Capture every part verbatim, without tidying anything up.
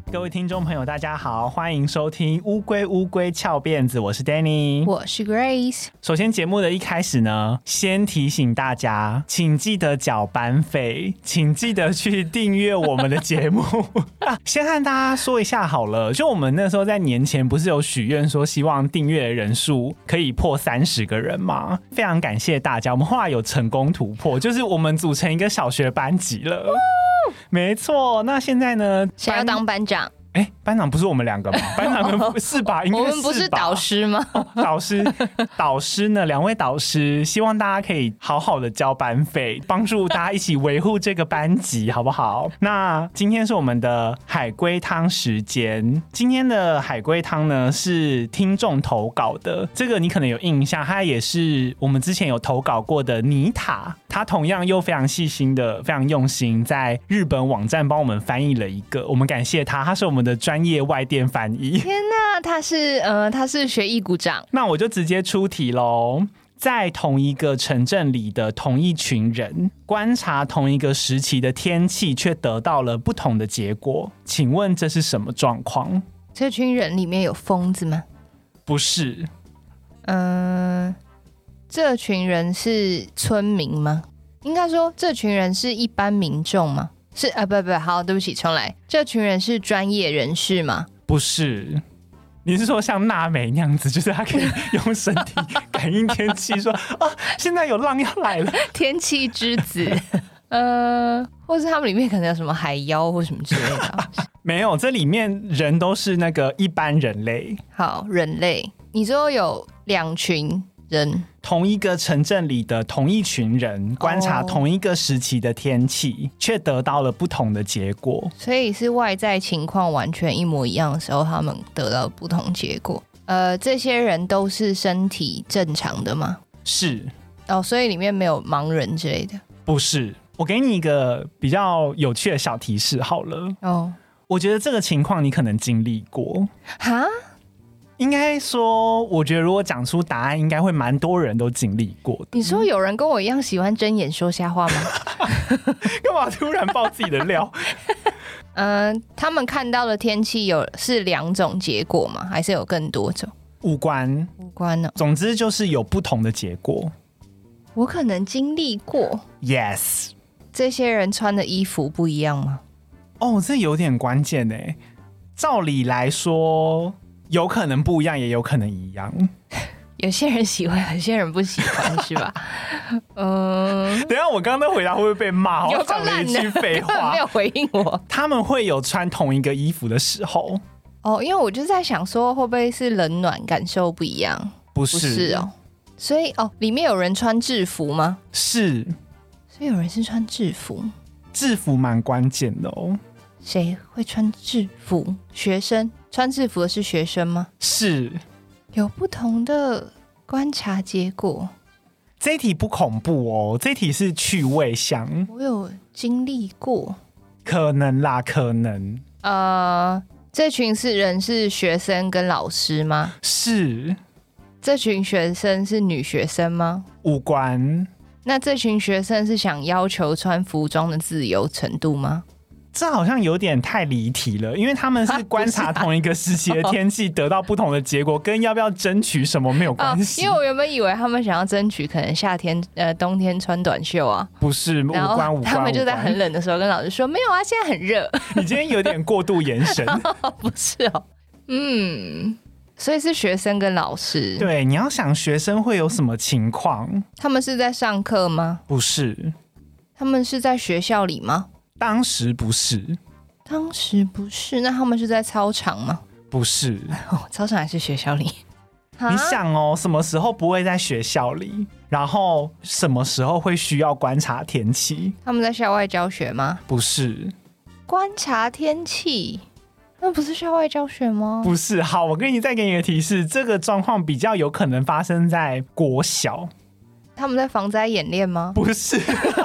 各位听众朋友大家好，欢迎收听乌龟乌龟翘辫子，我是 Danny， 我是 Grace。 首先节目的一开始呢，先提醒大家请记得缴班费，请记得去订阅我们的节目、啊、先和大家说一下好了，就我们那时候在年前不是有许愿说希望订阅的人数可以破三十个人吗？非常感谢大家，我们后来有成功突破，就是我们组成一个小学班级了。没错，那现在呢？ 谁要当班长？ 哎、欸，班长不是我们两个吗？班长是吧？应该是吧？ 我们不是导师吗？ 哦、导师，导师呢？两位导师，希望大家可以好好的交班费，帮助大家一起维护这个班级，好不好？那今天是我们的海龟汤时间。今天的海龟汤呢是听众投稿的，这个你可能有印象，他也是我们之前有投稿过的妮塔，他同样又非常细心的、非常用心，在日本网站帮我们翻译了一个，我们感谢他，他是我们的专业外电翻译。 天哪，他是呃，他是学艺股长。 那我就直接出题喽。在同一个城镇里的同一群人，观察同一个时期的天气，却得到了不同的结果。请问这是什么状况？ 这群人里面有疯子吗？ 不是。 嗯、呃，这群人是村民吗？应该说，这群人是一般民众吗？是啊，不不，好，对不起，重来。这群人是专业人士吗？ 不是。你是说像娜美那样子，就是他可以用身体感应天气说啊，现在有浪要来了， 天气之子。呃，或是他们里面可能有什么海妖或什么之类的。 没有，这里面人都是那个一般人类。 好，人类。你说有两群人， 同一个城镇里的同一群人观察同一个时期的天气，却、oh. 得到了不同的结果。 所以是外在情况完全一模一样的时候，他们得到不同结果。呃，这些人都是身体正常的吗？ 是。 哦，所以里面没有盲人之类的？ 不是。我给你一个比较有趣的小提示好了。哦、oh. 我觉得这个情况你可能经历过。哈？应该说，我觉得如果讲出答案，应该会蛮多人都经历过的。 你说有人跟我一样喜欢睁眼说瞎话吗？ 干嘛突然爆自己的料？ 嗯、呃，他们看到的天气有是两种结果吗？还是有更多种？ 无关， 无关哦。 总之就是有不同的结果。 我可能经历过。 Yes。 这些人穿的衣服不一样吗？ 哦，这有点关键耶。照理来说，有可能不一样，也有可能一样。 有些人喜欢，有些人不喜欢，是吧？嗯， 等一下我刚刚的回答会不会被骂？我讲了一句废话， 没有回应我。 他们会有穿同一个衣服的时候。 哦，因为我就在想说，会不会是冷暖感受不一样？ 不是， 不是哦。所以哦，里面有人穿制服吗？ 是。 所以有人是穿制服， 制服蛮关键的哦。 谁会穿制服？学生穿制服的是学生吗？ 是。 有不同的观察结果。 这一题不恐怖哦，这一题是趣味项。 我有经历过。 可能啦，可能。 呃，这群是人是学生跟老师吗？ 是。 这群学生是女学生吗？ 无关。 那这群学生是想要求穿服装的自由程度吗？ 这好像有点太离题了，因为他们是观察同一个时期的天气得到不同的结果，跟要不要争取什么没有关系、 哦、因为我原本以为他们想要争取可能夏天呃冬天穿短袖啊。 不是，无关无关。 他们就在很冷的时候跟老师说没有啊，现在很热。 你今天有点过度延伸。 不是哦。嗯，所以是学生跟老师。 对，你要想学生会有什么情况？ 他们是在上课吗？ 不是。 他们是在学校里吗？ 当时不是。 当时不是。那他们是在操场吗？ 不是。 哦，操场还是学校里？ 你想哦，什么时候不会在学校里？然后什么时候会需要观察天气？ 他们在校外教学吗？ 不是。 观察天气，那不是校外教学吗？ 不是。好，我给你再给你一个提示，这个状况比较有可能发生在国小。 他们在防灾演练吗？ 不是。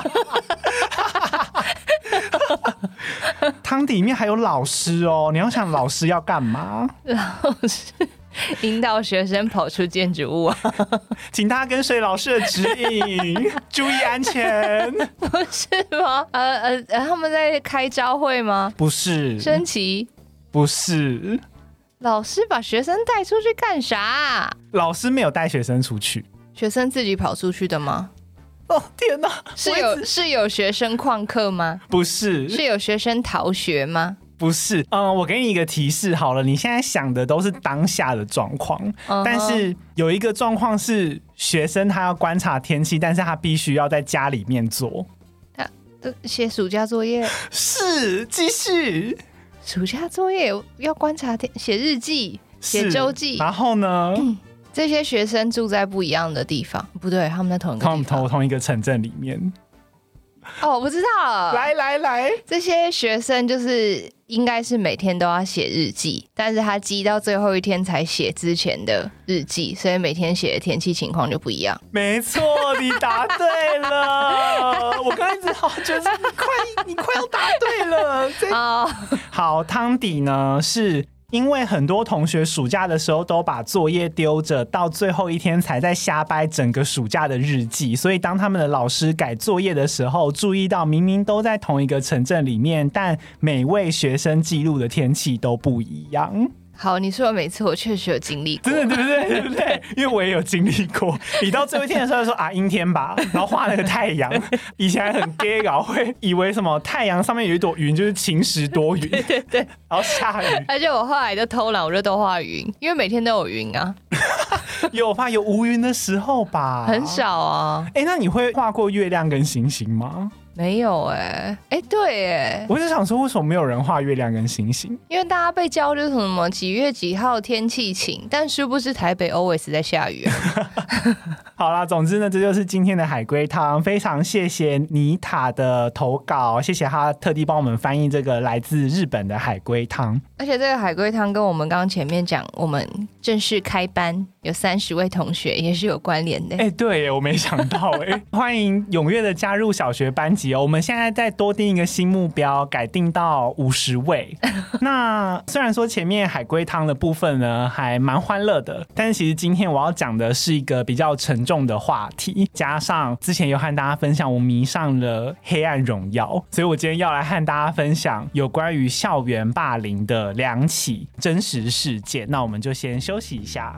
汤底里面还有老师哦，你要想老师要干嘛？ 老师引导学生跑出建筑物啊， 请他跟随老师的指引，注意安全。 不是吗？呃呃，他们在开朝会吗？ 不是。 升旗？ 不是。 老师把学生带出去干啥？ 老师没有带学生出去， 学生自己跑出去的吗？ 哦天哪！ 是有是有学生旷课吗？ 不是。 是有学生逃学吗？ 不是。嗯，我给你一个提示好了，你现在想的都是当下的状况， uh-huh. 但是有一个状况是学生他要观察天气，但是他必须要在家里面做。 他写暑假作业。 是，继续。 暑假作业要观察天，写日记，写周记。 然后呢？嗯， 这些学生住在不一样的地方，不对，他们在同一个地方， 他们同一个城镇里面。 哦，我不知道了。 来来来， 这些学生就是应该是每天都要写日记，但是他积到最后一天才写之前的日记，所以每天写的天气情况就不一样。 没错，你答对了。我刚才一直好觉得你快，你快要答对了。 好， 好，汤底呢是。因为很多同学暑假的时候都把作业丢着，到最后一天才在瞎掰整个暑假的日记，所以当他们的老师改作业的时候，注意到明明都在同一个城镇里面，但每位学生记录的天气都不一样。 好，你说的没错，我确实有经历过， 真的对不对？对不对？因为我也有经历过。你到最后一天的时候说啊阴天吧，然后画那个太阳，以前还很 gay 搞，会以为什么太阳上面有一朵云就是晴时多云， 对对对， 然后下雨。 而且我后来就偷懒，我就都画云，因为每天都有云啊。 有吧？有无云的时候吧？ 很少啊。 哎、欸，那你会画过月亮跟星星吗？ 没有哎、欸，哎、欸，对哎， 我就想说，为什么没有人画月亮跟星星？ 因为大家被教就是什么几月几号天气晴，但殊不知台北 always 在下雨、啊。 好啦，总之呢，这就是今天的海龟汤，非常谢谢妮塔的投稿，谢谢她特地帮我们翻译这个来自日本的海龟汤。 而且这个海龟汤跟我们刚刚前面讲，我们正式开班有三十位同学也是有关联的。 哎、欸，对耶，我没想到哎，欢迎踊跃的加入小学班级哦。我们现在再多定一个新目标，改定到五十位。那虽然说前面海龟汤的部分呢还蛮欢乐的，但是其实今天我要讲的是一个比较沉重的话题，加上之前有和大家分享我迷上了黑暗荣耀，所以我今天要来和大家分享有关于校园霸凌的两起真实事件。那我们就先休息一下。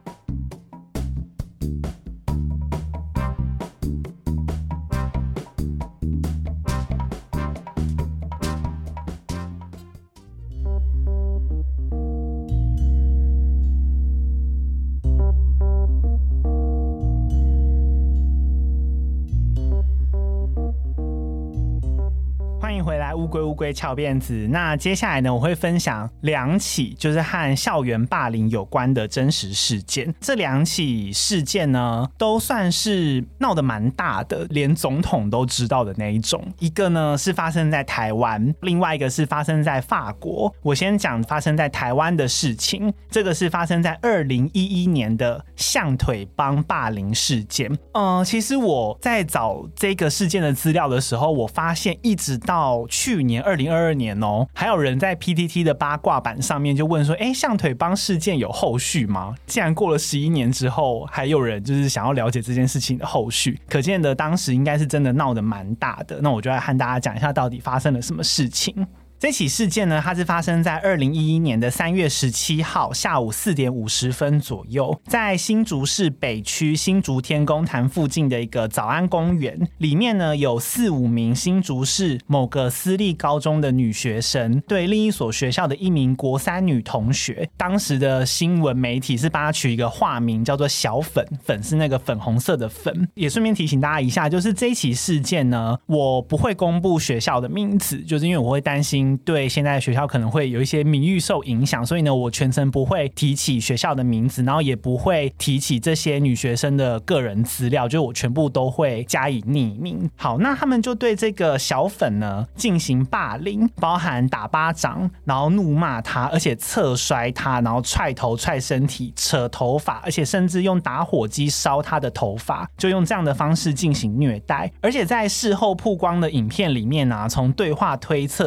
欢迎回来，乌龟乌龟翘辫子。那接下来呢，我会分享两起就是和校园霸凌有关的真实事件。这两起事件呢，都算是闹得蛮大的，连总统都知道的那一种。一个呢是发生在台湾，另外一个是发生在法国。我先讲发生在台湾的事情，这个是发生在二零一一年的象腿帮霸凌事件。嗯、呃，其实我在找这个事件的资料的时候，我发现一直到去年二零二二年哦，还有人在 P T T 的八卦版上面就问说，哎，象腿帮事件有后续吗？既然过了十一年之后，还有人就是想要了解这件事情的后续，可见的当时应该是真的闹得蛮大的。那我就来和大家讲一下到底发生了什么事情。这起事件呢，它是发生在二零一一年的三月十七号下午四点五十分左右，在新竹市北区新竹天宫潭附近的一个早安公园，里面呢有四五名新竹市某个私立高中的女学生对另一所学校的一名国三女同学，当时的新闻媒体是帮她取一个化名叫做小粉，粉是那个粉红色的粉。也顺便提醒大家一下，就是这一起事件呢，我不会公布学校的名字，就是因为我会担心对现在的学校可能会有一些名誉受影响，所以呢，我全程不会提起学校的名字，然后也不会提起这些女学生的个人资料，就我全部都会加以匿名。好，那他们就对这个小粉呢进行霸凌，包含打巴掌，然后怒骂他，而且侧摔他，然后踹头、踹身体、扯头发，而且甚至用打火机烧他的头发，就用这样的方式进行虐待。而且在事后曝光的影片里面啊，从对话推测，小粉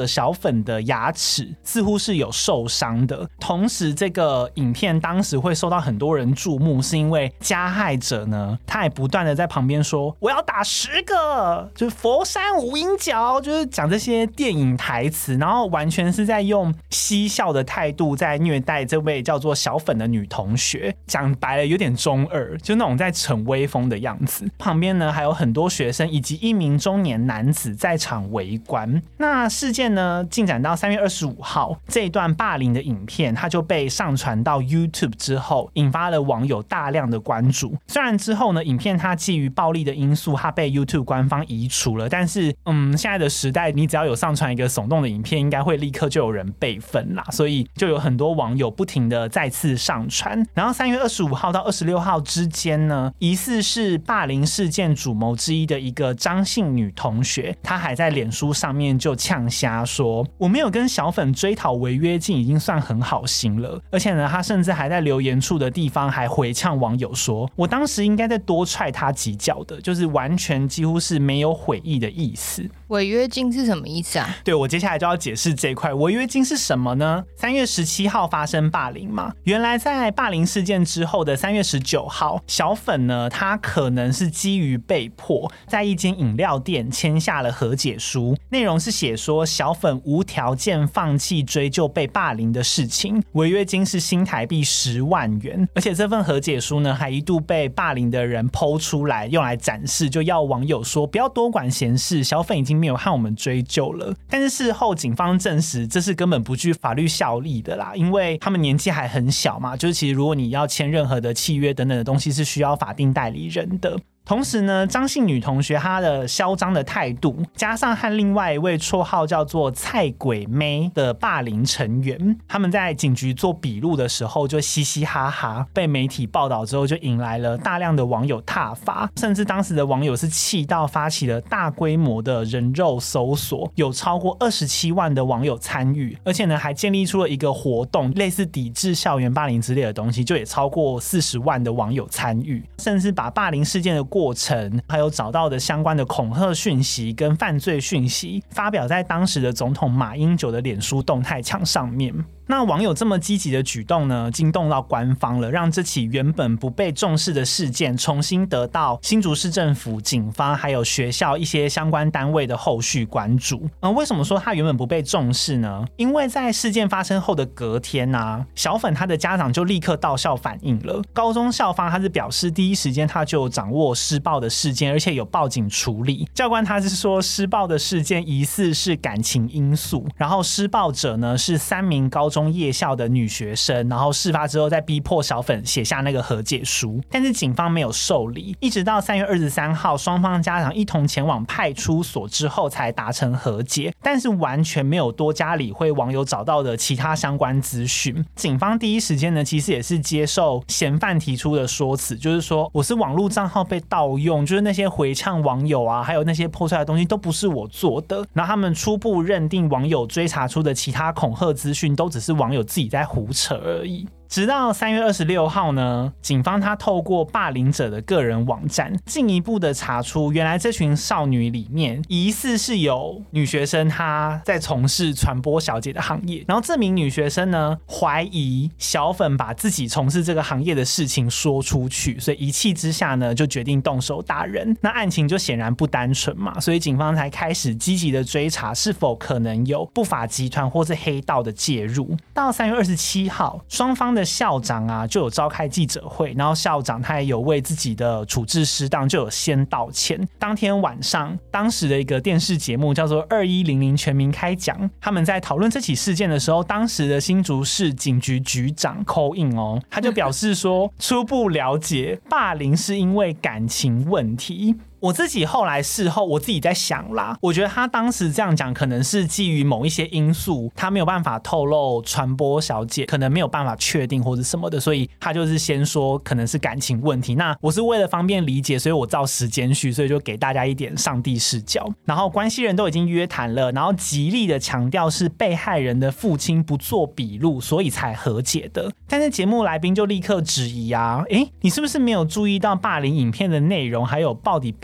粉的牙齿似乎是有受伤的。同时这个影片当时会受到很多人注目，是因为加害者呢他也不断的在旁边说我要打十个，就是佛山无影脚，就是讲这些电影台词，然后完全是在用嬉笑的态度在虐待这位叫做小粉的女同学，讲白了有点中二，就那种在逞威风的样子。旁边呢还有很多学生以及一名中年男子在场围观。那事件呢进展到三月二十五号，这一段霸凌的影片它就被上传到 YouTube 之后，引发了网友大量的关注。虽然之后呢影片它基于暴力的因素它被 YouTube 官方移除了，但是嗯现在的时代你只要有上传一个耸动的影片，应该会立刻就有人备份啦，所以就有很多网友不停的再次上传。然后三月二十五号到二十六号之间呢，疑似是霸凌事件主谋之一的一个张姓女同学，她还在脸书上面就呛瞎说我没有跟小粉追讨违约金已经算很好心了，而且呢她甚至还在留言处的地方还回呛网友说我当时应该再多踹她几脚的，就是完全几乎是没有悔意的意思。 违约金是什么意思啊？ 对，我接下来就要解释这一块。违约金是什么呢？三月十七号发生霸凌嘛，原来在霸凌事件之后的三月十九号，小粉呢他可能是基于被迫在一间饮料店签下了和解书，内容是写说小粉无条件放弃追究被霸凌的事情，违约金是新台币十万元。而且这份和解书呢还一度被霸凌的人 po 出来用来展示，就要网友说不要多管闲事，小粉已经没有和我们追究了。但是事后警方证实这是根本不具法律效力的啦，因为他们年纪还很小嘛，就是其实如果你要签任何的契约等等的东西是需要法定代理人的。同时呢，张姓女同学她的嚣张的态度，加上和另外一位绰号叫做菜鬼妹的霸凌成员，他们在警局做笔录的时候就嘻嘻哈哈，被媒体报道之后就引来了大量的网友挞伐，甚至当时的网友是气到发起了大规模的人肉搜索，有超过二十七万的网友参与，而且呢还建立出了一个活动，类似抵制校园霸凌之类的东西，就也超过四十万的网友参与，甚至把霸凌事件的过程还有找到的相关的恐吓讯息跟犯罪讯息发表在当时的总统马英九的脸书动态墙上面。那网友这么积极的举动呢，惊动到官方了，让这起原本不被重视的事件重新得到新竹市政府、警方还有学校一些相关单位的后续关注。呃、为什么说它原本不被重视呢？因为在事件发生后的隔天啊，小粉他的家长就立刻到校反映了。高中校方他是表示第一时间他就掌握施暴的事件，而且有报警处理。教官他是说施暴的事件疑似是感情因素，然后施暴者呢是三名高中夜校的女学生，然后事发之后再逼迫小粉写下那个和解书，但是警方没有受理，一直到三月二十三号双方家长一同前往派出所之后才达成和解，但是完全没有多加理会网友找到的其他相关资讯。警方第一时间呢其实也是接受嫌犯提出的说辞，就是说我是网络账号被盗用，就是那些回呛网友啊还有那些 po 出来的东西都不是我做的，然后他们初步认定网友追查出的其他恐吓资讯都只是网友自己在胡扯而已。直到三月二十六号呢，警方他透过霸凌者的个人网站进一步的查出，原来这群少女里面疑似是有女学生她在从事传播小姐的行业，然后这名女学生呢怀疑小粉把自己从事这个行业的事情说出去，所以一气之下呢就决定动手打人。那案情就显然不单纯嘛，所以警方才开始积极的追查是否可能有不法集团或是黑道的介入。到三月二十七号，双方的校长啊就有召开记者会，然后校长他也有为自己的处置失当就有先道歉。当天晚上，当时的一个电视节目叫做二一零零全民开讲，他们在讨论这起事件的时候，当时的新竹市警局局长 call in 哦，他就表示说初步了解霸凌是因为感情问题。我自己后来事后我自己在想啦，我觉得他当时这样讲可能是基于某一些因素，他没有办法透露传播小姐可能没有办法确定或者什么的，所以他就是先说可能是感情问题。那我是为了方便理解，所以我照时间序，所以就给大家一点上帝视角。然后关系人都已经约谈了，然后极力的强调是被害人的父亲不做笔录，所以才和解的。但是节目来宾就立刻质疑啊，诶，你是不是没有注意到霸凌影片的内容还有到底霸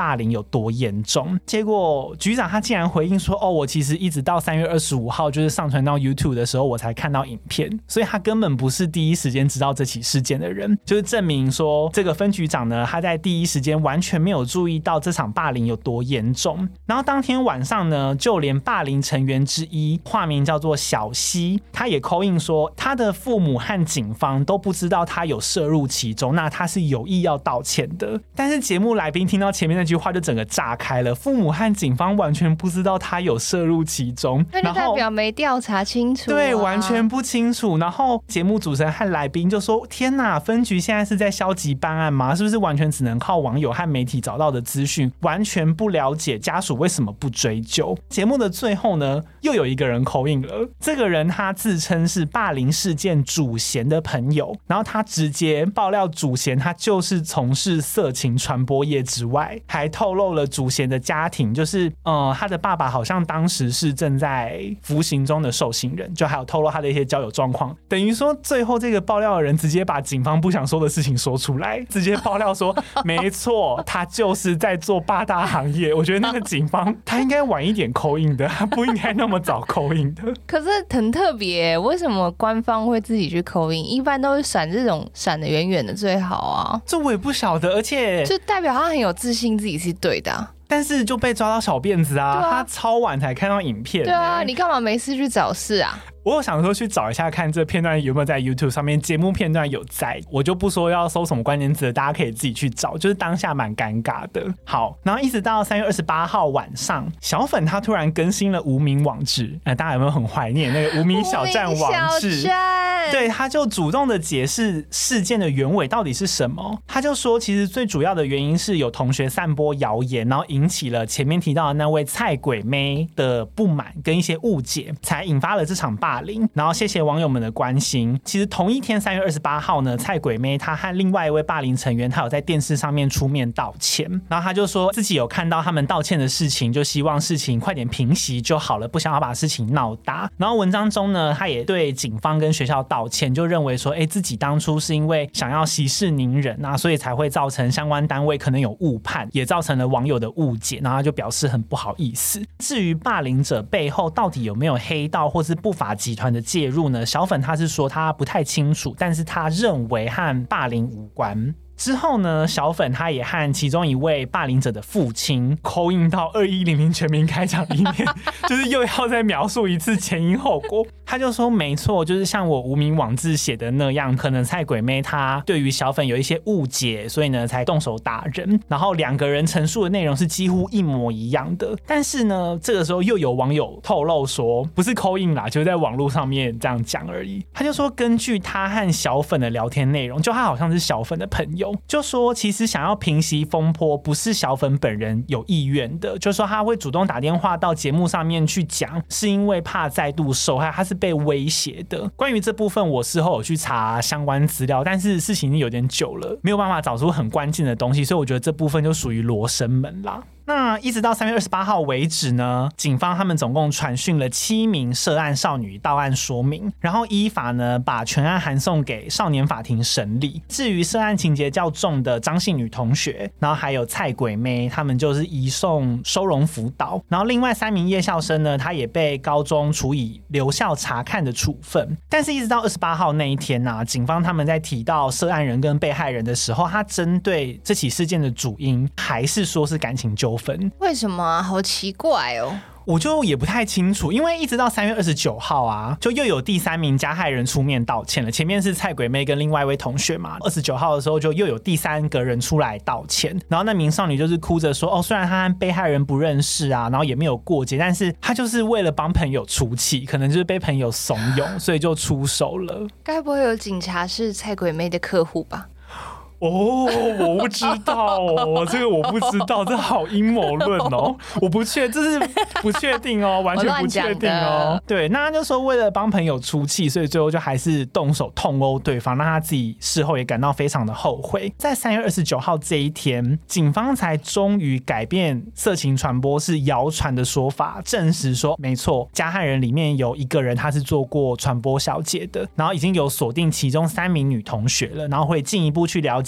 霸凌有多严重。结果局长他竟然回应说，哦，我其实一直到三月二十五号就是上传到 YouTube 的时候我才看到影片，所以他根本不是第一时间知道这起事件的人，就是证明说这个分局长呢，他在第一时间完全没有注意到这场霸凌有多严重。然后当天晚上呢，就连霸凌成员之一化名叫做小西，他也 call in 说他的父母和警方都不知道他有涉入其中，那他是有意要道歉的。但是节目来宾听到前面那句话就整个炸开了，父母和警方完全不知道他有涉入其中， 那就代表没调查清楚、啊、 对，完全不清楚。然后节目主持人和来宾就说，天哪，分局现在是在消极办案吗？是不是完全只能靠网友和媒体找到的资讯，完全不了解家属为什么不追究？节目的最后呢，又有一个人 call in 了，这个人他自称是霸凌事件主嫌的朋友，然后他直接爆料主嫌他就是从事色情传播业之外，还透露了主嫌的家庭，就是呃，他的爸爸好像当时是正在服刑中的受刑人，就还有透露他的一些交友状况。等于说最后这个爆料的人直接把警方不想说的事情说出来，直接爆料说没错，他就是在做八大行业。我觉得那个警方他应该晚一点 call in 的，他不应该那么早 call in 的。 可是很特别，为什么官方会自己去 call in？ 一般都是闪这种闪得远远的最好啊。 这我也不晓得，而且就代表他很有自信自己是对的、啊， 但是就被抓到小辫子 啊, 啊他超晚才看到影片、欸、 对啊，你干嘛没事去找事啊？ 我有想说去找一下看这片段有没有在 YouTube 上面，节目片段有在，我就不说要搜什么关键字，大家可以自己去找，就是当下蛮尴尬的。好，然后一直到三月二十八号晚上，小粉他突然更新了无名网志、呃、大家有没有很怀念那个无名小站网志？对，他就主动的解释事件的原委到底是什么。他就说其实最主要的原因是有同学散播谣言，然后引起了前面提到的那位蔡鬼妹的不满跟一些误解，才引发了这场霸凌。然后谢谢网友们的关心。其实同一天三月二十八号呢，蔡鬼妹她和另外一位霸凌成员，她有在电视上面出面道歉，然后她就说自己有看到他们道歉的事情，就希望事情快点平息就好了，不想要把事情闹大。然后文章中呢，她也对警方跟学校道歉，就认为说哎，自己当初是因为想要息事宁人啊，所以才会造成相关单位可能有误判，也造成了网友的误解，然后她就表示很不好意思。至于霸凌者背后到底有没有黑道或是不法集团的介入呢？小粉他是说他不太清楚，但是他认为和霸凌无关。之后呢，小粉他也和其中一位霸凌者的父亲 call in 到二一零零全民开讲里面，就是又要再描述一次前因后果。他就说没错，就是像我无名网志写的那样，可能蔡鬼妹她对于小粉有一些误解，所以呢才动手打人，然后两个人陈述的内容是几乎一模一样的。但是呢，这个时候又有网友透露说，不是 call in 啦，就是在网络上面这样讲而已。他就说根据他和小粉的聊天内容，就他好像是小粉的朋友，就说其实想要平息风波不是小粉本人有意愿的，就说他会主动打电话到节目上面去讲，是因为怕再度受害，他是被威胁的。关于这部分我事后有去查相关资料，但是事情已经有点久了，没有办法找出很关键的东西，所以我觉得这部分就属于罗生门啦。那一直到三月二十八号为止呢，警方他们总共传讯了七名涉案少女到案说明，然后依法呢把全案函送给少年法庭审理。至于涉案情节较重的张姓女同学，然后还有蔡鬼妹，他们就是移送收容辅导。然后另外三名夜校生呢，他也被高中处以留校查看的处分。但是一直到二十八号那一天啊，警方他们在提到涉案人跟被害人的时候，他针对这起事件的主因还是说是感情纠纷。 为什么啊？好奇怪哦。 我就也不太清楚，因为一直到三月二十九号啊，就又有第三名加害人出面道歉了。前面是蔡鬼妹跟另外一位同学嘛，二十九号的时候就又有第三个人出来道歉，然后那名少女就是哭着说，哦，虽然她和被害人不认识啊，然后也没有过节，但是她就是为了帮朋友出气，可能就是被朋友怂恿，所以就出手了。 该不会有警察是蔡鬼妹的客户吧？ 哦，我不知道哦，这个我不知道，这好阴谋论哦，我不确，这是不确定哦，完全不确定哦。对，那他就说为了帮朋友出气，所以最后就还是动手痛殴对方，让他自己事后也感到非常的后悔。在三月二十九号这一天，警方才终于改变色情传播是谣传的说法，证实说没错，加害人里面有一个人他是做过传播小姐的，然后已经有锁定其中三名女同学了，然后会进一步去了解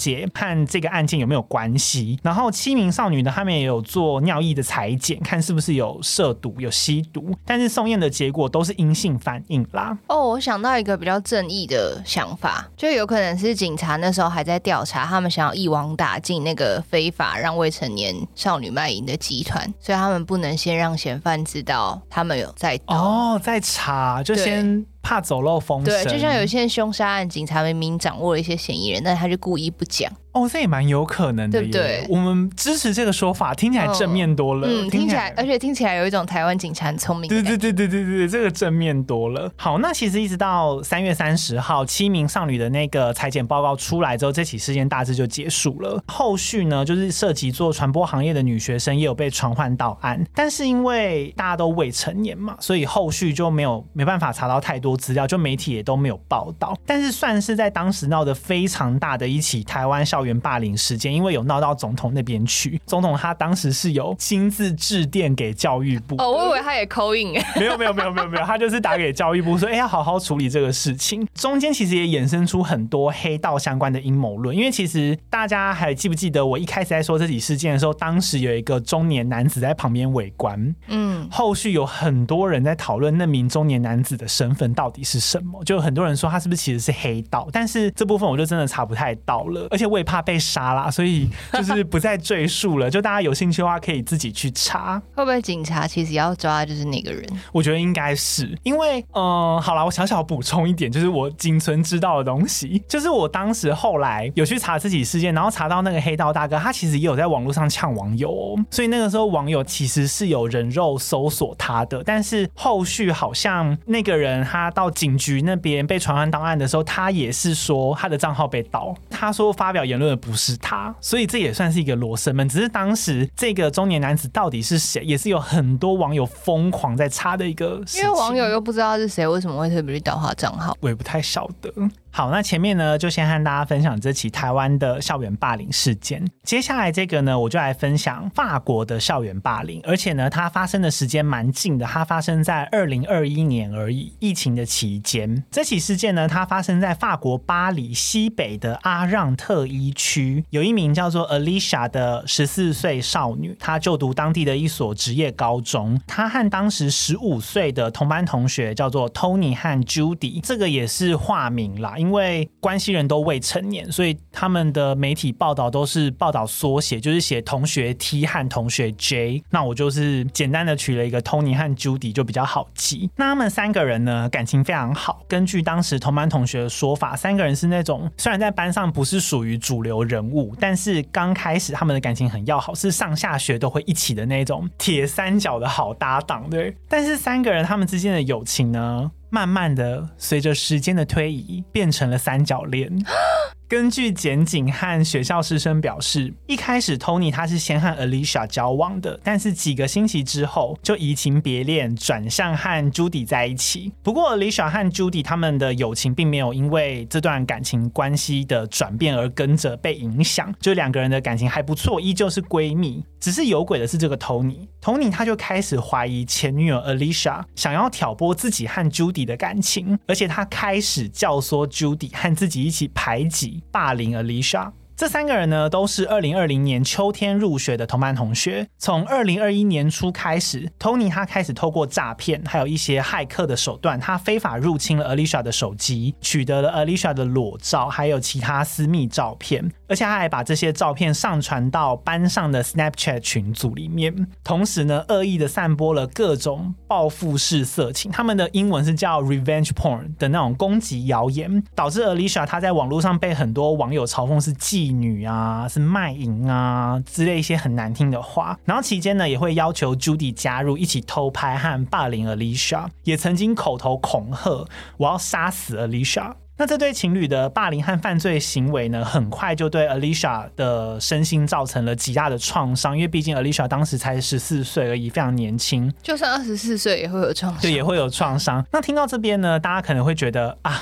解和这个案件有没有关系。然后七名少女呢，他们也有做尿液的裁剪，看是不是有涉毒有吸毒，但是送验的结果都是阴性反应啦。 哦，我想到一个比较正义的想法，就有可能是警察那时候还在调查，他们想要一网打尽那个非法让未成年少女卖淫的集团，所以他们不能先让嫌犯知道他们有在盗哦，在查就先怕走漏风声。 对，就像有一些凶杀案，警察明明掌握了一些嫌疑人，但他就故意不讲。 哦，这也蛮有可能的耶， 对不对？ 我们支持这个说法，听起来正面多了。 嗯，听起来，而且听起来有一种台湾警察很聪明的感觉。 对对对对对对，这个正面多了。好，那其实一直到三月三十号，七名少女的那个裁剪报告出来之后，这起事件大致就结束了。后续呢，就是涉及做传播行业的女学生也有被传唤到案，但是因为大家都未成年嘛，所以后续就没有没办法查到太多资料，就媒体也都没有报道。但是算是在当时闹得非常大的一起台湾校园霸凌事件。因为有闹到总统那边去，总统他当时是有亲自致电给教育部。 哦，我以为他也 call in。 没有没有没有没有没有，他就是打给教育部说，哎、欸，要好好处理这个事情。中间其实也衍生出很多黑道相关的阴谋论，因为其实大家还记不记得我一开始在说这起事件的时候，当时有一个中年男子在旁边围观，嗯，后续有很多人在讨论那名中年男子的身份到底是什么，就有很多人说他是不是其实是黑道，但是这部分我就真的查不太到了，而且我也怕被杀啦。所以就是不再赘述了，就大家有兴趣的话可以自己去查。 会不会警察其实要抓的就是那个人？ 我觉得应该是，因为嗯，好啦，我小小补充一点，就是我仅存知道的东西，就是我当时后来有去查这起事件，然后查到那个黑道大哥他其实也有在网络上呛网友哦，所以那个时候网友其实是有人肉搜索他的，但是后续好像那个人他到警局那边被传唤到案的时候，他也是说他的账号被盗，他说发表言论的不是他，所以这也算是一个罗生门。只是当时这个中年男子到底是谁，也是有很多网友疯狂在查的一个事情， 因为网友又不知道是谁，为什么会特别去盗他账号， 我也不太晓得。好，那前面呢就先和大家分享这起台湾的校园霸凌事件，接下来这个呢我就来分享法国的校园霸凌，而且呢它发生的时间蛮近的，它发生在二零二一年而已，疫情的期间。这起事件呢它发生在法国巴黎西北的阿让特伊区，有一名叫做 Alicia 的十四岁少女，她就读当地的一所职业高中，她和当时十五岁的同班同学叫做 Tony 和 Judy， 这个也是化名啦，因为关系人都未成年，所以他们的媒体报道都是报道缩写，就是写同学 T 和同学 J， 那我就是简单的取了一个 Tony 和 Judy 就比较好记。那他们三个人呢感情非常好，根据当时同班同学的说法，三个人是那种虽然在班上不是属于主流人物，但是刚开始他们的感情很要好，是上下学都会一起的那种铁三角的好搭档。对，但是三个人他们之间的友情呢慢慢的随着时间的推移变成了三角恋。根据检警和学校师生表示，一开始 Tony 他是先和 Alicia 交往的，但是几个星期之后就移情别恋，转向和 Judy 在一起。不过 Alicia 和 Judy 他们的友情并没有因为这段感情关系的转变而跟着被影响，就两个人的感情还不错，依旧是闺蜜。只是有鬼的是这个 Tony Tony 他就开始怀疑前女友 Alicia 想要挑拨自己和 Judy 的感情，而且他开始教唆 Judy 和自己一起排挤霸凌 Alicia。这三个人呢都是二零二零年秋天入学的同班同学。从二零二一年初开始， Tony 他开始透过诈骗还有一些骇客的手段，他非法入侵了 Alicia 的手机，取得了 Alicia 的裸照还有其他私密照片，而且他还把这些照片上传到班上的 Snapchat 群组里面，同时呢恶意的散播了各种报复式色情，他们的英文是叫 revenge porn 的那种攻击谣言，导致 Alicia 他在网络上被很多网友嘲讽是妓女啊，是卖淫啊之类一些很难听的话。然后期间呢也会要求 Judy 加入一起偷拍和霸凌 Alicia， 也曾经口头恐吓我要杀死 Alicia。那这对情侣的霸凌和犯罪行为呢，很快就对 Alicia 的身心造成了极大的创伤，因为毕竟 Alicia 当时才十四岁而已，非常年轻， 就算二十四岁也会有创伤， 对，也会有创伤。那听到这边呢，大家可能会觉得啊，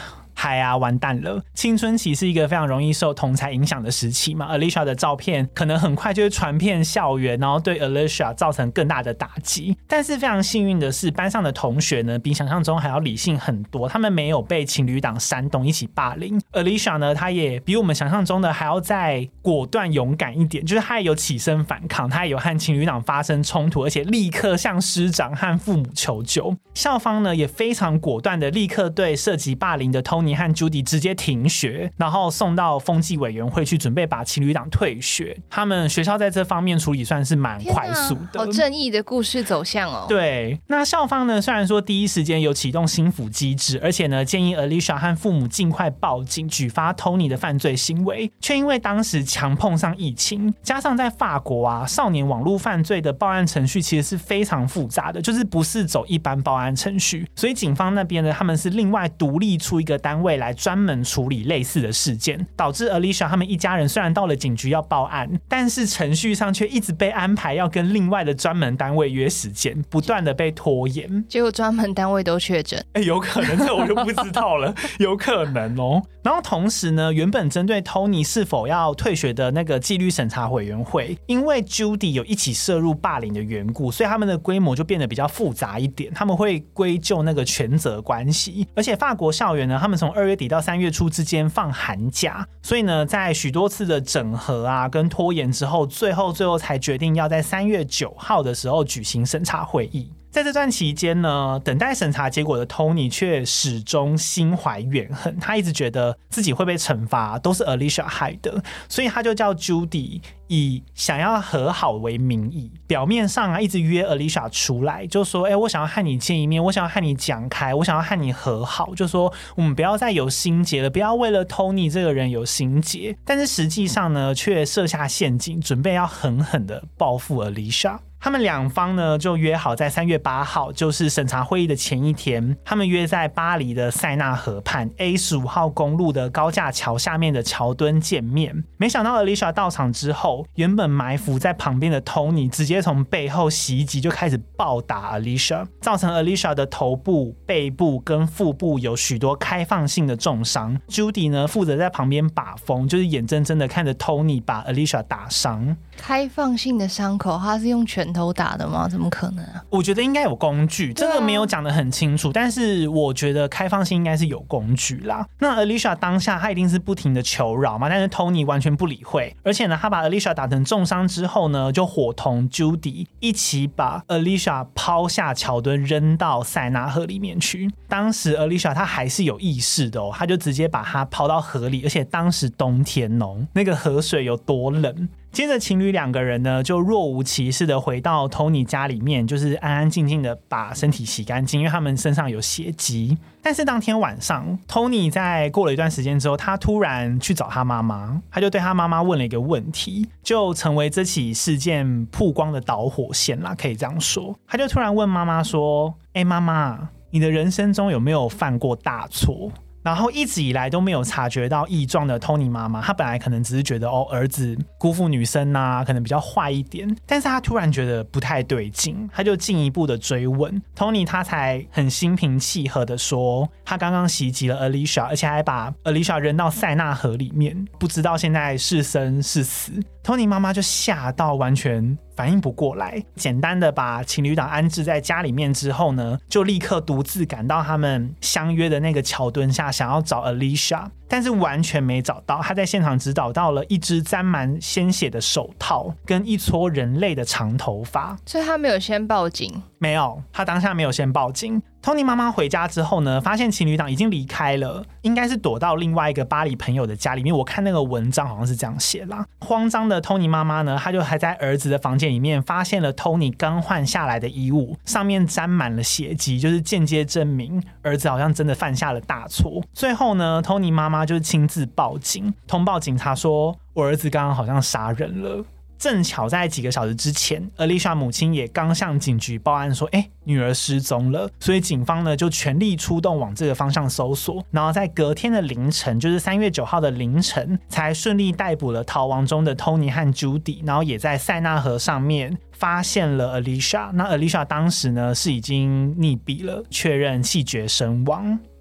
嗨啊完蛋了。青春期是一个非常容易受同侪影响的时期嘛， Alicia 的照片可能很快就会传遍校园，然后对 Alicia 造成更大的打击。但是非常幸运的是，班上的同学呢比想象中还要理性很多，他们没有被情侣档煽动一起霸凌。 Alicia 呢，她也比我们想象中的还要再果断勇敢一点，就是她也有起身反抗，她也有和情侣档发生冲突，而且立刻向师长和父母求救。校方呢也非常果断的立刻对涉及霸凌的 Tony 和 Judy 直接停学，然后送到风纪委员会去准备把情侣档退学。他们学校在这方面处理算是蛮快速的， 好正义的故事走向哦。 对，那校方呢虽然说第一时间有启动心辅机制，而且呢建议 Alicia 和父母尽快报警举发 Tony 的犯罪行为，却因为当时强碰上疫情，加上在法国啊少年网络犯罪的报案程序其实是非常复杂的，就是不是走一般报案程序，所以警方那边呢他们是另外独立出一个单位来专门处理类似的事件，导致 Alicia 他们一家人虽然到了警局要报案，但是程序上却一直被安排要跟另外的专门单位约时间，不断的被拖延， 结果专门单位都确诊。 哎，有可能，这我就不知道了，有可能哦。然后同时呢，原本针对 Tony 是否要退学的那个纪律审查委员会，因为 Judy 有一起涉入霸凌的缘故，所以他们的规模就变得比较复杂一点，他们会归咎那个权责关系。而且法国校园呢，他们从二月底到三月初之间放寒假，所以呢，在许多次的整合啊跟拖延之后，最后最后才决定要在三月九号的时候举行审查会议。在这段期间呢，等待审查结果的 Tony 却始终心怀怨恨，他一直觉得自己会被惩罚都是 Alicia 害的，所以他就叫 Judy 以想要和好为名义，表面上啊一直约 Alicia 出来，就说哎、欸，我想要和你见一面，我想要和你讲开，我想要和你和好，就说我们不要再有心结了，不要为了 Tony 这个人有心结。但是实际上呢，却设下陷阱，准备要狠狠的报复 Alicia。他们两方呢就约好在三月八号，就是审查会议的前一天，他们约在巴黎的塞纳河畔 A 十五号公路的高架桥下面的桥墩见面。没想到 Alicia 到场之后，原本埋伏在旁边的 Tony 直接从背后袭击，就开始暴打 Alicia， 造成 Alicia 的头部、背部跟腹部有许多开放性的重伤。 Judy 呢负责在旁边把风，就是眼睁睁的看着 Tony 把 Alicia 打伤。 开放性的伤口，他是用拳头打的吗？怎么可能啊？ 我觉得应该有工具，这个没有讲得很清楚，但是我觉得开放性应该是有工具啦。那 Alicia 当下他一定是不停的求饶嘛，但是 Tony 完全不理会，而且呢，他把 Alicia 打成重伤之后呢，就伙同 Judy 一起把 Alicia 抛下桥墩，扔到塞纳河里面去。当时 Alicia 他还是有意识的哦，他就直接把他抛到河里，而且当时冬天哦，那个河水有多冷。接着情侣两个人呢就若无其事的回到 Tony 家里面，就是安安静静的把身体洗干净，因为他们身上有血迹。但是当天晚上 Tony 在过了一段时间之后，他突然去找他妈妈，他就对他妈妈问了一个问题，就成为这起事件曝光的导火线啦，可以这样说。他就突然问妈妈说，哎、欸，妈妈，你的人生中有没有犯过大错？然后一直以来都没有察觉到异状的 Tony 妈妈，她本来可能只是觉得哦儿子辜负女生啊，可能比较坏一点，但是她突然觉得不太对劲，她就进一步的追问 Tony， 他才很心平气和的说，他刚刚袭击了 Alicia， 而且还把 Alicia 扔到塞纳河里面，不知道现在是生是死。Tony 妈妈就吓到完全反应不过来，简单的把情侣档安置在家里面之后呢，就立刻独自赶到他们相约的那个桥墩下，想要找 Alicia， 但是完全没找到。他在现场只找到了一只沾满鲜血的手套跟一撮人类的长头发， 所以他没有先报警。 没有，他当下没有先报警。Tony 妈妈回家之后呢，发现情侣档已经离开了，应该是躲到另外一个巴黎朋友的家里面。我看那个文章好像是这样写啦。慌张的 Tony 妈妈呢，她就还在儿子的房间里面发现了 Tony 刚换下来的衣物，上面沾满了血迹，就是间接证明儿子好像真的犯下了大错。最后呢 Tony 妈妈就亲自报警，通报警察说，我儿子刚刚好像杀人了。正巧在几个小时之前 Alicia 母亲也刚向警局报案说，哎，女儿失踪了，所以警方呢就全力出动往这个方向搜索，然后在隔天的凌晨，就是三月九号的凌晨，才顺利逮捕了逃亡中的 Tony 和 Judy， 然后也在塞纳河上面发现了 Alicia。 那 Alicia 当时呢是已经溺毙了，确认气绝身亡。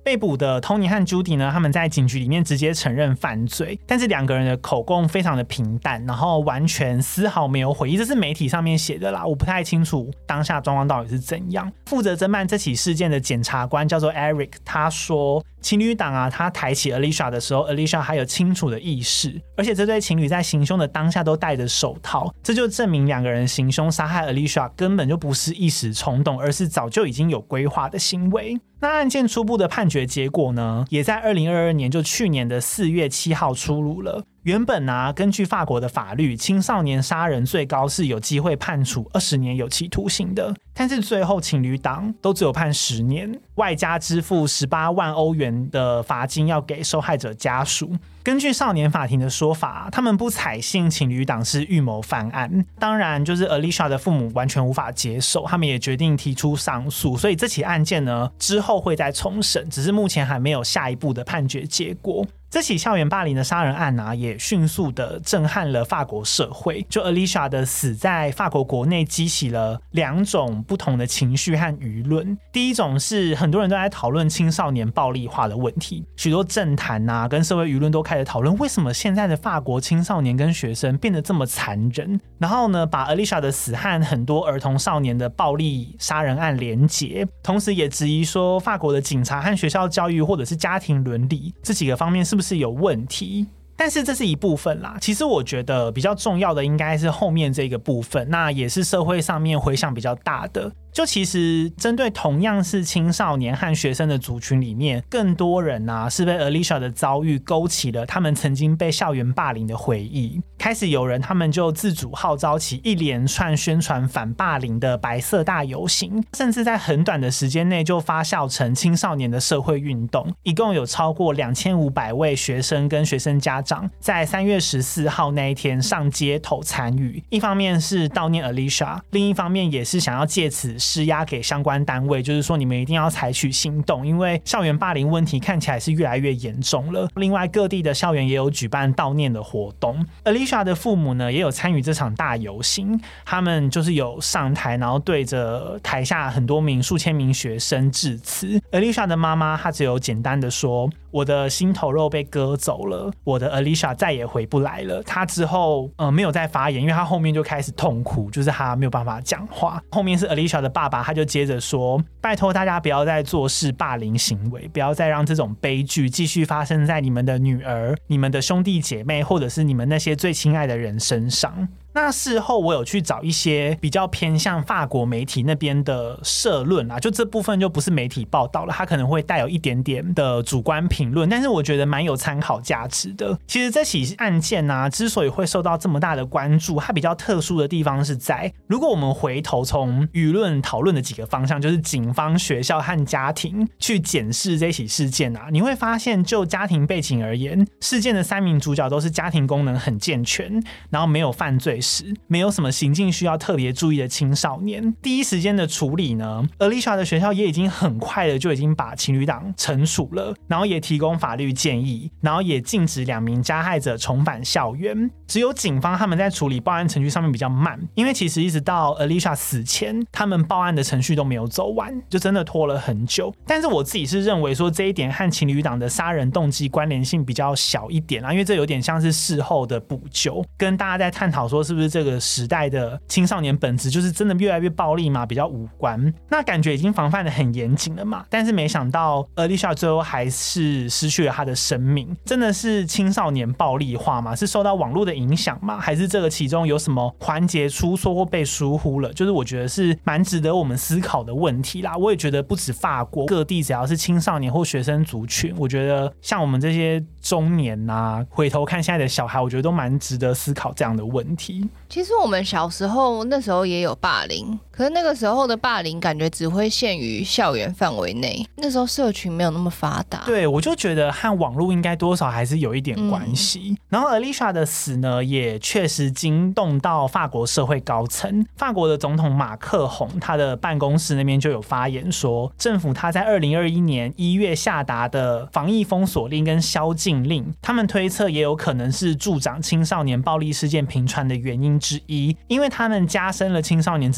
被捕的 Tony 和 Judy 呢，他们在警局里面直接承认犯罪，但是两个人的口供非常的平淡，然后完全丝毫没有悔意，这是媒体上面写的啦，我不太清楚当下状况到底是怎样。负责侦办这起事件的检察官叫做 Eric， 他说情侣档啊，他抬起 Alicia 的时候 Alicia 还有清楚的意识，而且这对情侣在行凶的当下都戴着手套，这就证明两个人行凶杀害 Alicia 根本就不是一时冲动，而是早就已经有规划的行为。那案件初步的判决结果呢，也在二零二二年，就去年的四月七号出炉了。原本啊，根据法国的法律，青少年杀人最高是有机会判处二十年有期徒刑的，但是最后情侣档都只有判十年，外加支付十八万欧元的罚金要给受害者家属。根据少年法庭的说法，他们不采信情侣档是预谋犯案，当然就是 Alicia 的父母完全无法接受，他们也决定提出上诉，所以这起案件呢之后会再重审，只是目前还没有下一步的判决结果。这起校园霸凌的杀人案啊，也迅速的震撼了法国社会。就 Alicia 的死在法国国内激起了两种不同的情绪和舆论。第一种是很多人都在讨论青少年暴力化的问题，许多政坛啊跟社会舆论都开始讨论为什么现在的法国青少年跟学生变得这么残忍。然后呢，把 Alicia 的死和很多儿童少年的暴力杀人案连结，同时也质疑说法国的警察和学校教育或者是家庭伦理这几个方面是不是是有问题。但是这是一部分啦，其实我觉得比较重要的应该是后面这个部分，那也是社会上面回响比较大的。就其实针对同样是青少年和学生的族群里面，更多人啊是被 Alicia 的遭遇勾起了他们曾经被校园霸凌的回忆，开始有人他们就自主号召起一连串宣传反霸凌的白色大游行，甚至在很短的时间内就发酵成青少年的社会运动，一共有超过两千五百位学生跟学生家长在三月十四号那一天上街头参与，一方面是悼念 Alicia， 另一方面也是想要借此施压给相关单位，就是说你们一定要采取行动，因为校园霸凌问题看起来是越来越严重了。另外各地的校园也有举办悼念的活动， Alicia 的父母呢也有参与这场大游行，他们就是有上台，然后对着台下很多名数千名学生致辞。 Alicia 的妈妈她只有简单的说，我的心头肉被割走了，我的 Alicia 再也回不来了。她之后、呃、没有再发言，因为她后面就开始痛哭，就是她没有办法讲话。后面是 Alicia 的爸爸，他就接着说，拜托大家不要再做事霸凌行为，不要再让这种悲剧继续发生在你们的女儿、你们的兄弟姐妹，或者是你们那些最亲爱的人身上。那事后我有去找一些比较偏向法国媒体那边的社论啊，就这部分就不是媒体报道了，它可能会带有一点点的主观评论，但是我觉得蛮有参考价值的。其实这起案件啊，之所以会受到这么大的关注，它比较特殊的地方是在，如果我们回头从舆论讨论的几个方向，就是警方、学校和家庭去检视这起事件啊，你会发现就家庭背景而言，事件的三名主角都是家庭功能很健全，然后没有犯罪，没有什么行径需要特别注意的青少年。第一时间的处理呢， Alicia 的学校也已经很快的就已经把情侣档惩处了，然后也提供法律建议，然后也禁止两名加害者重返校园。只有警方他们在处理报案程序上面比较慢，因为其实一直到 Alicia 死前，他们报案的程序都没有走完，就真的拖了很久。但是我自己是认为说这一点和情侣档的杀人动机关联性比较小一点啦，因为这有点像是事后的补救，跟大家在探讨说是不是这个时代的青少年本质就是真的越来越暴力嘛，比较无关。那感觉已经防范得很严谨了嘛，但是没想到 Alicia 最后还是失去了她的生命。真的是青少年暴力化吗？是受到网络的影响吗？还是这个其中有什么环节出错或被疏忽了？就是我觉得是蛮值得我们思考的问题啦。我也觉得不止法国，各地只要是青少年或学生族群，我觉得像我们这些中年啊，回头看现在的小孩，我觉得都蛮值得思考这样的问题。 其实我们小时候那时候也有霸凌，可是那个时候的霸凌感觉只会限于校园范围内，那时候社群没有那么发达。 对，我就觉得和网络应该多少还是有一点关系、嗯、然后 Alicia 的死呢，也确实惊动到法国社会高层。法国的总统马克宏他的办公室那边就有发言说，政府他在二零二一年一月下达的防疫封锁令跟宵禁令，他们推测也有可能是助长青少年暴力事件频传的原因之一，因为他们加深了青少年之间原本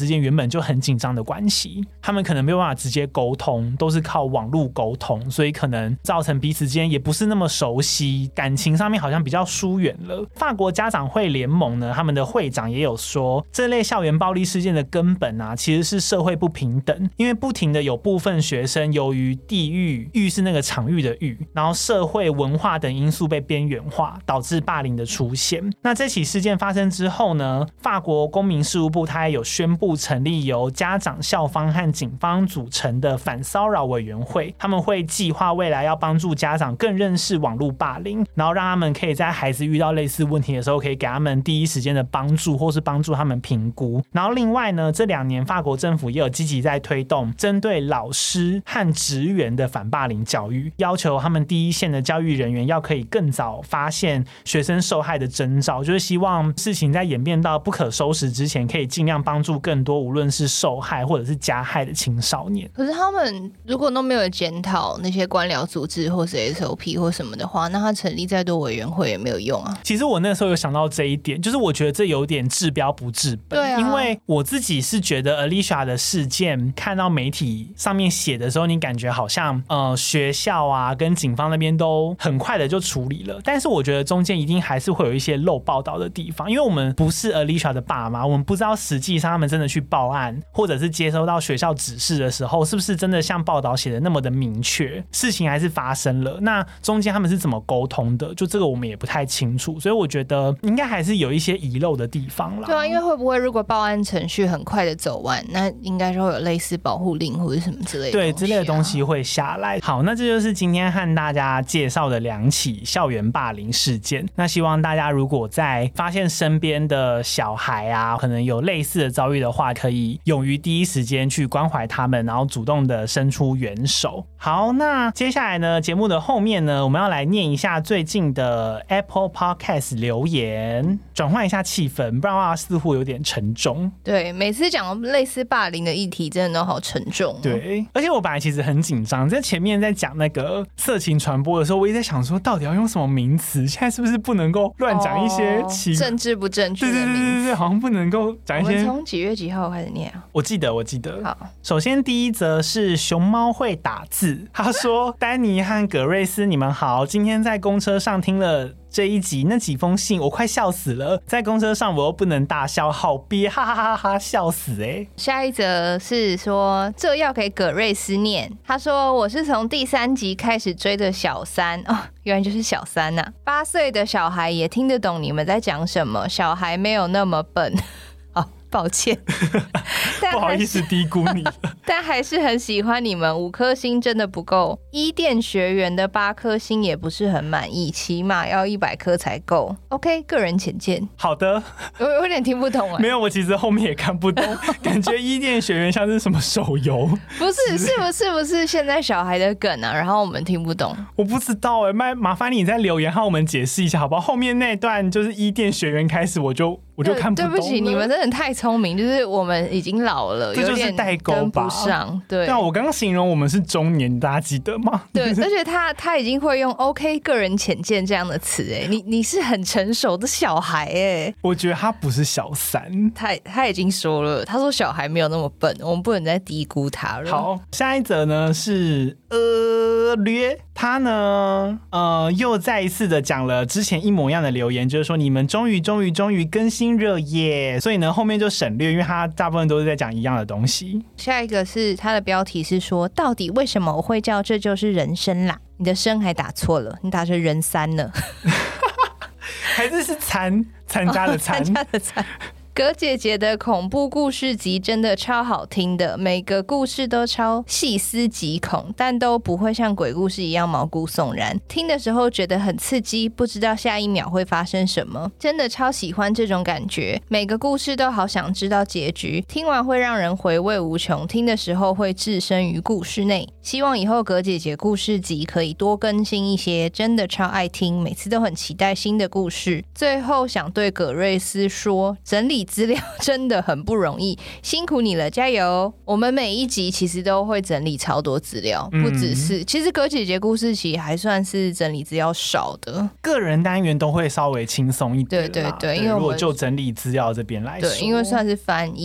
本就很紧张的关系，他们可能没有办法直接沟通，都是靠网络沟通，所以可能造成彼此之间也不是那么熟悉，感情上面好像比较疏远了。法国家长会联盟呢，他们的会长也有说，这类校园暴力事件的根本啊，其实是社会不平等，因为不停的有部分学生由于地域，域是那个场域的域，然后社会文化等因素被边缘化，导致霸凌的出现。那这起事件发生之后呢，法国公民事务部他也有宣布成立由家长、校方和警方组成的反骚扰委员会，他们会计划未来要帮助家长更认识网络霸凌，然后让他们可以在孩子遇到类似问题的时候，可以给他们第一时间的帮助，或是帮助他们评估。然后另外呢，这两年法国政府也有积极在推动针对老师和职员的反霸凌教育，要求他们第一线的教育人员要可以更早发现学生受害的征兆，就是希望事情在演变到不可收拾之前，可以尽量帮助更多无论是受害或者是加害的青少年。 可是他们如果都没有检讨那些官僚组织或是 S O P 或什么的话，那他成立再多委员会也没有用啊。 其实我那时候有想到这一点，就是我觉得这有点治标不治本。 对啊， 因为我自己是觉得 Alicia 的事件看到媒体上面写的时候，你感觉好像呃学校啊跟警方那边都很快的就处理了，但是我觉得中间一定还是会有一些漏报道的地方，因为我们不是 Alicia 的爸妈，我们不知道实际上他们真的去报案或者是接收到学校指示的时候，是不是真的像报道写的那么的明确，事情还是发生了，那中间他们是怎么沟通的，就这个我们也不太清楚，所以我觉得应该还是有一些遗漏的地方啦。 对啊，因为会不会如果报案程序很快的走完，那应该就会有类似保护令或者什么之类的、啊、 对之类的东西会下来。好，那这就是今天和大家介绍的两起校园霸凌事件。那希望大家如果在发现身边的小孩啊可能有类似的遭遇的话，可以勇于第一时间去关怀他们，然后主动的伸出援手。好，那接下来呢，节目的后面呢，我们要来念一下最近的 Apple Podcast 留言，转换一下气氛，不然的话似乎有点沉重。 对，每次讲类似霸凌的议题真的都好沉重、哦、 对，而且我本来其实很紧张，在前面在讲那个色情传播的时候，我一直在想说到底要用什么名词，现在是不是不能够乱讲一些奇、哦、 政治不正确的名词？ 对对对对，好像不能够讲一些。 我们从几月几号开始念啊？ 我记得我记得。 好， 首先第一则是熊猫会打字，他说丹尼和葛瑞斯你们好，今天在公车上听了这一集那几封信，我快笑死了，在公车上我又不能大笑，好憋，哈哈哈哈，笑死哎、欸！ 下一则是说这要给葛瑞斯念，他说我是从第三集开始追的小三哦，原来就是小三呐、啊，八岁的小孩也听得懂你们在讲什么，小孩没有那么笨。抱歉不好意思低估你了但还是很喜欢你们，五颗星真的不够，伊甸学园的八颗星也不是很满意，起码要一百颗才够。 OK， 个人浅见。 好的， 我有点听不懂哎。 没有，我其实后面也看不懂感觉伊甸学园像是什么手游不是，是不是不是现在小孩的梗啊，然后我们听不懂。 我不知道哎，麻烦你在留言和我们解释一下好不好？后面那段就是伊甸学园开始我就我就看不懂了。 对不起，你们真的太聪明，就是我们已经老了， 这就是代沟吧， 跟不上。对， 但我刚刚形容我们是中年，大家记得吗？ 对，而且他他已经会用 OK 个人浅见这样的词，哎，你你是很成熟的小孩哎。 我觉得他不是小三， 他他已经说了，他说小孩没有那么笨，我们不能再低估他了。 好，下一则呢是呃略，他呢呃又再一次的讲了之前一模一样的留言，就是说你们终于终于终于更新热耶，所以呢后面就省略，因为他大部分都是在讲一样的东西。 下一个是他的标题是说，到底为什么我会叫这就是人生啦？你的生还打错了，你打成人三了还是是参参加的参、 哦、参加的参。葛姐姐的恐怖故事集真的超好听的，每个故事都超细思极恐，但都不会像鬼故事一样毛骨悚然，听的时候觉得很刺激，不知道下一秒会发生什么，真的超喜欢这种感觉，每个故事都好想知道结局，听完会让人回味无穷，听的时候会置身于故事内，希望以后葛姐姐故事集可以多更新一些，真的超爱听，每次都很期待新的故事。最后想对葛瑞斯说，整理资料真的很不容易，辛苦你了，加油！我们每一集其实都会整理超多资料，不只是、嗯、其实葛姐姐故事集还算是整理资料少的， 个人单元都会稍微轻松一点啦。 对对对， 因为如果就整理资料这边来说， 对，因为算是翻译。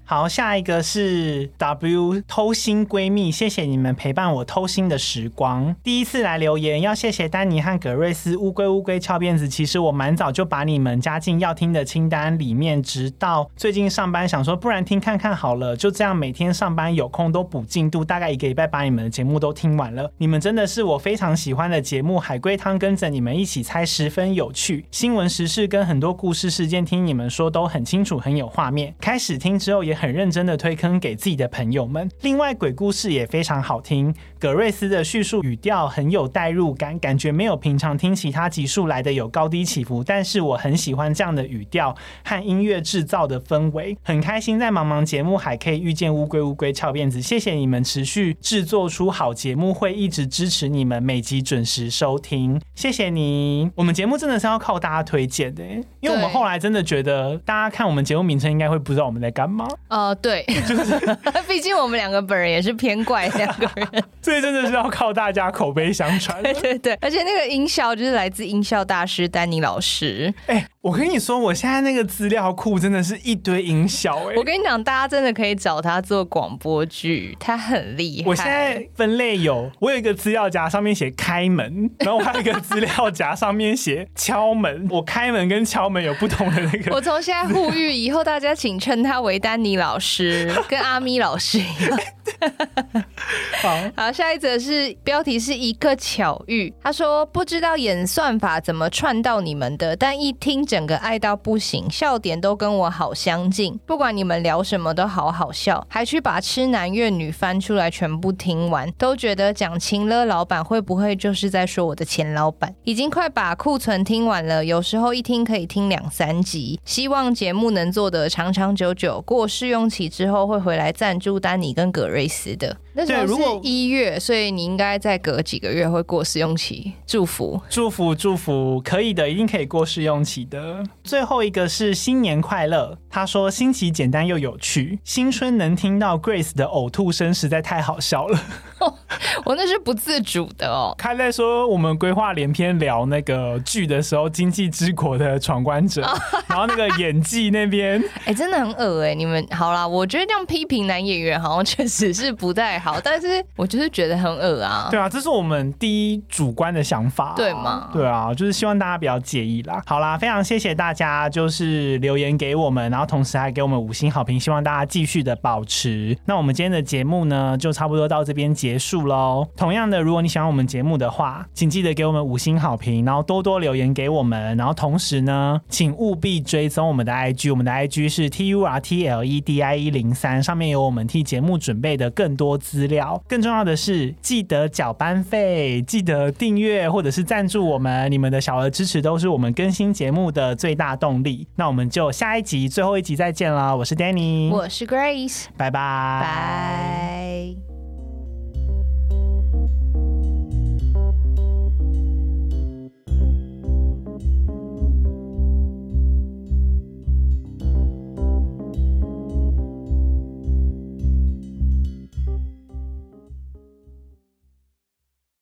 好，下一个是 W 偷心闺蜜，谢谢你们陪伴我偷心的时光。第一次来留言，要谢谢丹尼和葛瑞斯。乌龟乌龟翘辫子，其实我蛮早就把你们加进要听的清单里面，直到最近上班想说不然听看看好了，就这样每天上班有空都补进度，大概一个礼拜把你们的节目都听完了。你们真的是我非常喜欢的节目，海龟汤跟着你们一起猜十分有趣，新闻时事跟很多故事事件听你们说都很清楚很有画面，开始听之后也很认真的推坑给自己的朋友们。另外鬼故事也非常好听，葛瑞斯的叙述语调很有代入感，感觉没有平常听其他集数来的有高低起伏，但是我很喜欢这样的语调和音乐制造的氛围，很开心在茫茫节目还可以遇见乌龟乌龟翘辫子，谢谢你们持续制作出好节目，会一直支持你们每集准时收听，谢谢你。我们节目真的是要靠大家推荐的，因为我们后来真的觉得大家看我们节目名称应该会不知道我们在干嘛。 呃，对，就是毕竟我们两个本人也是偏怪两个人， 所以真的是要靠大家口碑相传。 对对对，而且那个音效就是来自音效大师丹尼老师。 哎、欸，我跟你说，我现在那个资料库真的是一堆音效。哎、欸， 我跟你讲，大家真的可以找他做广播剧，他很厉害。 我现在分类有，我有一个资料夹上面写开门，然后我还有一个资料夹上面写敲门。我开门跟敲门有不同的那个。 我从现在呼吁，以后大家请称他为丹尼老师，跟阿咪老师一样。好，好，下一则是标题是一个巧遇，他说不知道演算法怎么串到你们的，但一听整个爱到不行，笑点都跟我好相近，不管你们聊什么都好好笑，还去把痴男怨女翻出来全部听完，都觉得讲情勒老板会不会就是在说我的前老板。已经快把库存听完了，有时候一听可以听两三集，希望节目能做得长长久久，过试用期之后会回来赞助丹尼跟葛瑞斯的。那时候是一月，所以你应该再隔几个月会过试用期，祝福祝福祝福，可以的，一定可以过试用期的。最后一个是新年快乐，他说新奇简单又有趣，新春能听到 Grace 的嘔吐声实在太好笑了。 我那是不自主的哦。 开在说我们规划连篇聊那个剧的时候，经济之国的闯关者，然后那个演技那边， 哎、欸，真的很恶哎、欸！你们好啦，我觉得这样批评男演员好像确实是不太好，但是我就是觉得很恶啊。 对啊，这是我们第一主观的想法、啊， 对吗？ 对啊，就是希望大家不要介意啦。好啦，非常谢谢大家，就是留言给我们，然后同时还给我们五星好评，希望大家继续的保持。那我们今天的节目呢，就差不多到这边结束咯。同样的，如果你喜欢我们节目的话，请记得给我们五星好评，然后多多留言给我们，然后同时呢，请务必追踪我们的 I G， 我们的 I G 是 T U R T L E D I 一零三， 上面有我们替节目准备的更多资料。更重要的是，记得缴班费，记得订阅或者是赞助我们，你们的小额支持都是我们更新节目的最大动力。那我们就下一集最后一集再见啦，我是 Danny， 我是 Grace， 拜拜拜。